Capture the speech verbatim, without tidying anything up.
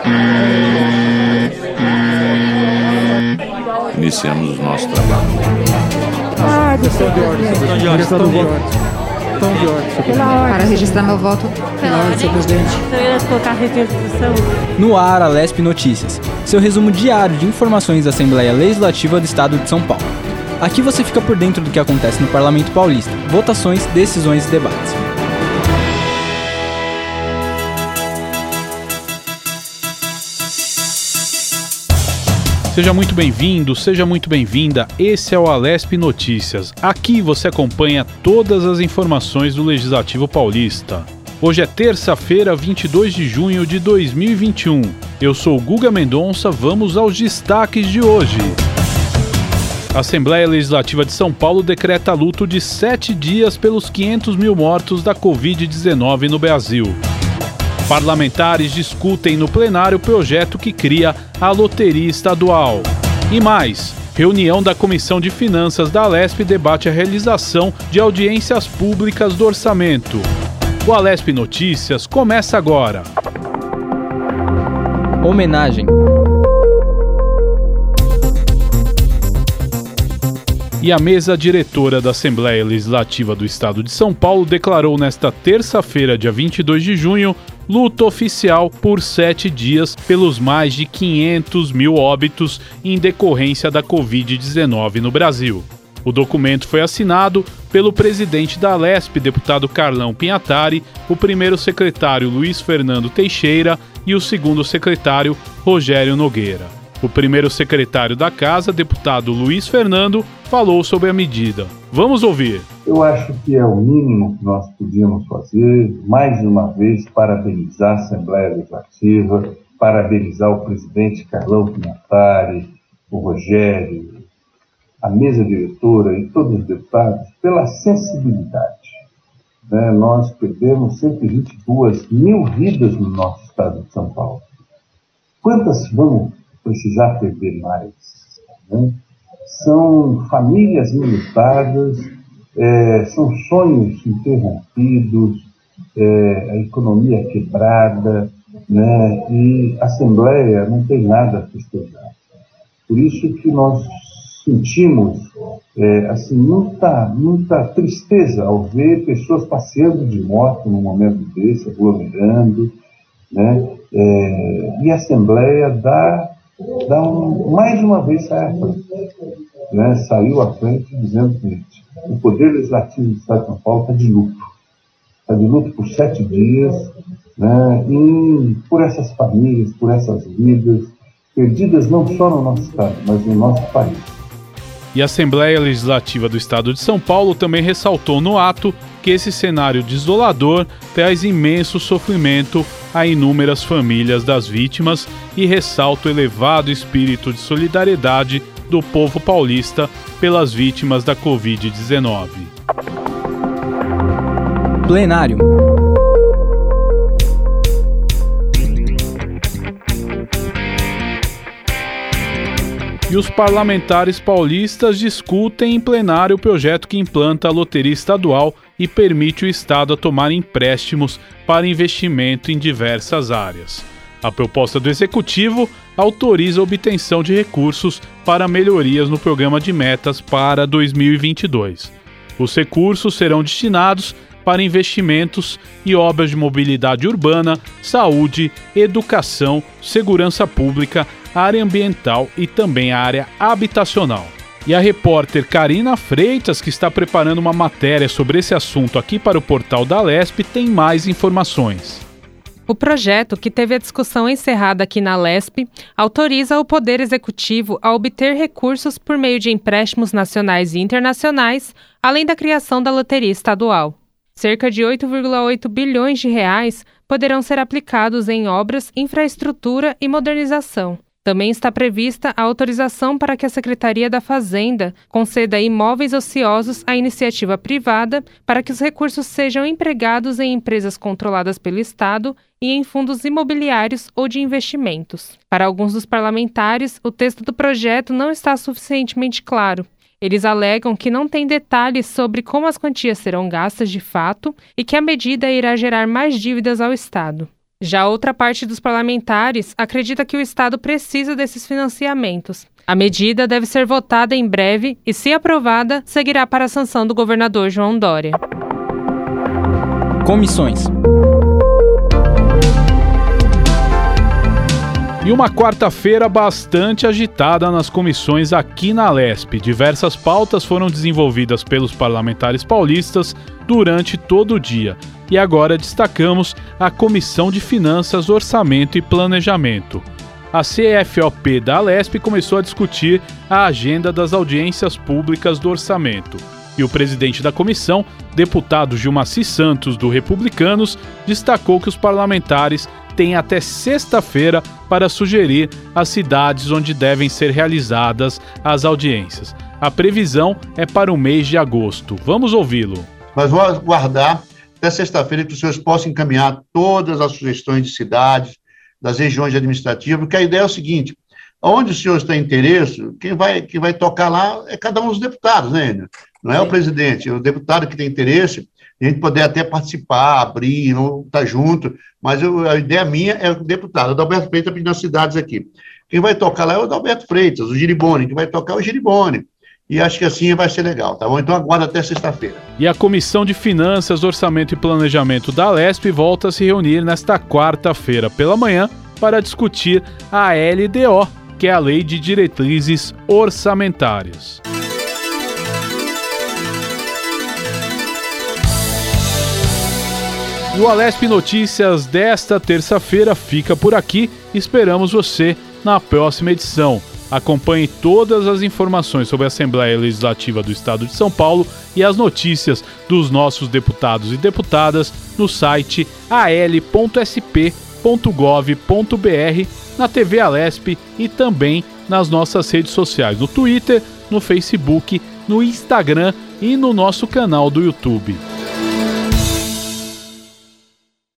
Iniciamos o nosso trabalho. Ah, questão de ordem, questão de ordem, questão de ordem. de ordem. Para registrar meu voto. Pela ordem, senhor presidente. Eu ia colocar a requisição. No ar, a Lesp Notícias, seu resumo diário de informações da Assembleia Legislativa do Estado de São Paulo. Aqui você fica por dentro do que acontece no Parlamento Paulista, votações, decisões e debates. Seja muito bem-vindo, seja muito bem-vinda, esse é o Alesp Notícias. Aqui você acompanha todas as informações do Legislativo Paulista. Hoje é terça-feira, vinte e dois de junho de dois mil e vinte e um. Eu sou Guga Mendonça, vamos aos destaques de hoje. A Assembleia Legislativa de São Paulo decreta luto de sete dias pelos quinhentos mil mortos da covid dezenove no Brasil. Parlamentares discutem no plenário o projeto que cria a Loteria Estadual. E mais, reunião da Comissão de Finanças da Alesp debate a realização de audiências públicas do orçamento. O Alesp Notícias começa agora. Homenagem. E a mesa diretora da Assembleia Legislativa do Estado de São Paulo declarou nesta terça-feira, dia vinte e dois de junho, luto oficial por sete dias pelos mais de quinhentos mil óbitos em decorrência da covid dezenove no Brasil. O documento foi assinado pelo presidente da Alesp, deputado Carlão Pinhatari, o primeiro secretário Luiz Fernando Teixeira e o segundo secretário Rogério Nogueira. O primeiro secretário da Casa, deputado Luiz Fernando, falou sobre a medida. Vamos ouvir. Eu acho que é o mínimo que nós podíamos fazer, mais uma vez, parabenizar a Assembleia Legislativa, parabenizar o presidente Carlão Pinhatari, o Rogério, a mesa diretora e todos os deputados pela sensibilidade. Né? Nós perdemos cento e vinte e duas mil vidas no nosso estado de São Paulo. Quantas vão precisar perder mais? Né? São famílias enlutadas, é, são sonhos interrompidos, é, a economia quebrada, né? E a Assembleia não tem nada a festejar. Por isso que nós sentimos é, assim, muita, muita tristeza ao ver pessoas passeando de moto num momento desse, aglomerando, né? É, e a Assembleia dá, dá um, mais uma vez sai à frente, né? Saiu à frente dizendo que o Poder Legislativo do Estado de São Paulo está de luto. Está de luto por sete dias, né? E por essas famílias, por essas vidas, perdidas não só no nosso Estado, mas no nosso país. E a Assembleia Legislativa do Estado de São Paulo também ressaltou no ato que esse cenário desolador traz imenso sofrimento a inúmeras famílias das vítimas e ressalta o elevado espírito de solidariedade do povo paulista pelas vítimas da covid dezenove. Plenário. E os parlamentares paulistas discutem em plenário o projeto que implanta a loteria estadual e permite o Estado a tomar empréstimos para investimento em diversas áreas. A proposta do Executivo autoriza a obtenção de recursos para melhorias no programa de metas para dois mil e vinte e dois. Os recursos serão destinados para investimentos e obras de mobilidade urbana, saúde, educação, segurança pública, área ambiental e também a área habitacional. E a repórter Karina Freitas, que está preparando uma matéria sobre esse assunto aqui para o portal da Alesp, tem mais informações. O projeto, que teve a discussão encerrada aqui na Alesp, autoriza o Poder Executivo a obter recursos por meio de empréstimos nacionais e internacionais, além da criação da loteria estadual. Cerca de oito vírgula oito bilhões de reais poderão ser aplicados em obras, infraestrutura e modernização. Também está prevista a autorização para que a Secretaria da Fazenda conceda imóveis ociosos à iniciativa privada para que os recursos sejam empregados em empresas controladas pelo Estado e em fundos imobiliários ou de investimentos. Para alguns dos parlamentares, o texto do projeto não está suficientemente claro. Eles alegam que não tem detalhes sobre como as quantias serão gastas de fato e que a medida irá gerar mais dívidas ao Estado. Já outra parte dos parlamentares acredita que o Estado precisa desses financiamentos. A medida deve ser votada em breve e, se aprovada, seguirá para a sanção do governador João Dória. Comissões. E uma quarta-feira bastante agitada nas comissões aqui na Lesp. Diversas pautas foram desenvolvidas pelos parlamentares paulistas durante todo o dia. E agora destacamos a Comissão de Finanças, Orçamento e Planejamento. A C F O P da Lesp começou a discutir a agenda das audiências públicas do orçamento. E o presidente da comissão, deputado Gilmaci Santos, do Republicanos, destacou que os parlamentares têm até sexta-feira para sugerir as cidades onde devem ser realizadas as audiências. A previsão é para o mês de agosto. Vamos ouvi-lo. Mas vou aguardar até sexta-feira que os senhores possam encaminhar todas as sugestões de cidades, das regiões administrativas, porque a ideia é o seguinte: onde os senhores têm interesse, quem vai, quem vai tocar lá é cada um dos deputados, né? Não é o presidente, é o deputado que tem interesse, a gente poder até participar, abrir, não estar junto, mas eu, a ideia minha é o deputado. O Adalberto Freitas está pedindo as cidades aqui. Quem vai tocar lá é o Adalberto Freitas, o Giribone, quem vai tocar é o Giribone. E acho que assim vai ser legal, tá bom? Então aguarda até sexta-feira. E a Comissão de Finanças, Orçamento e Planejamento da Lesp volta a se reunir nesta quarta-feira pela manhã para discutir a L D O, que é a Lei de Diretrizes Orçamentárias. E o Alesp Notícias desta terça-feira fica por aqui. Esperamos você na próxima edição. Acompanhe todas as informações sobre a Assembleia Legislativa do Estado de São Paulo e as notícias dos nossos deputados e deputadas no site a l ponto s p ponto gov ponto b r, na T V Alesp e também nas nossas redes sociais, no Twitter, no Facebook, no Instagram e no nosso canal do YouTube.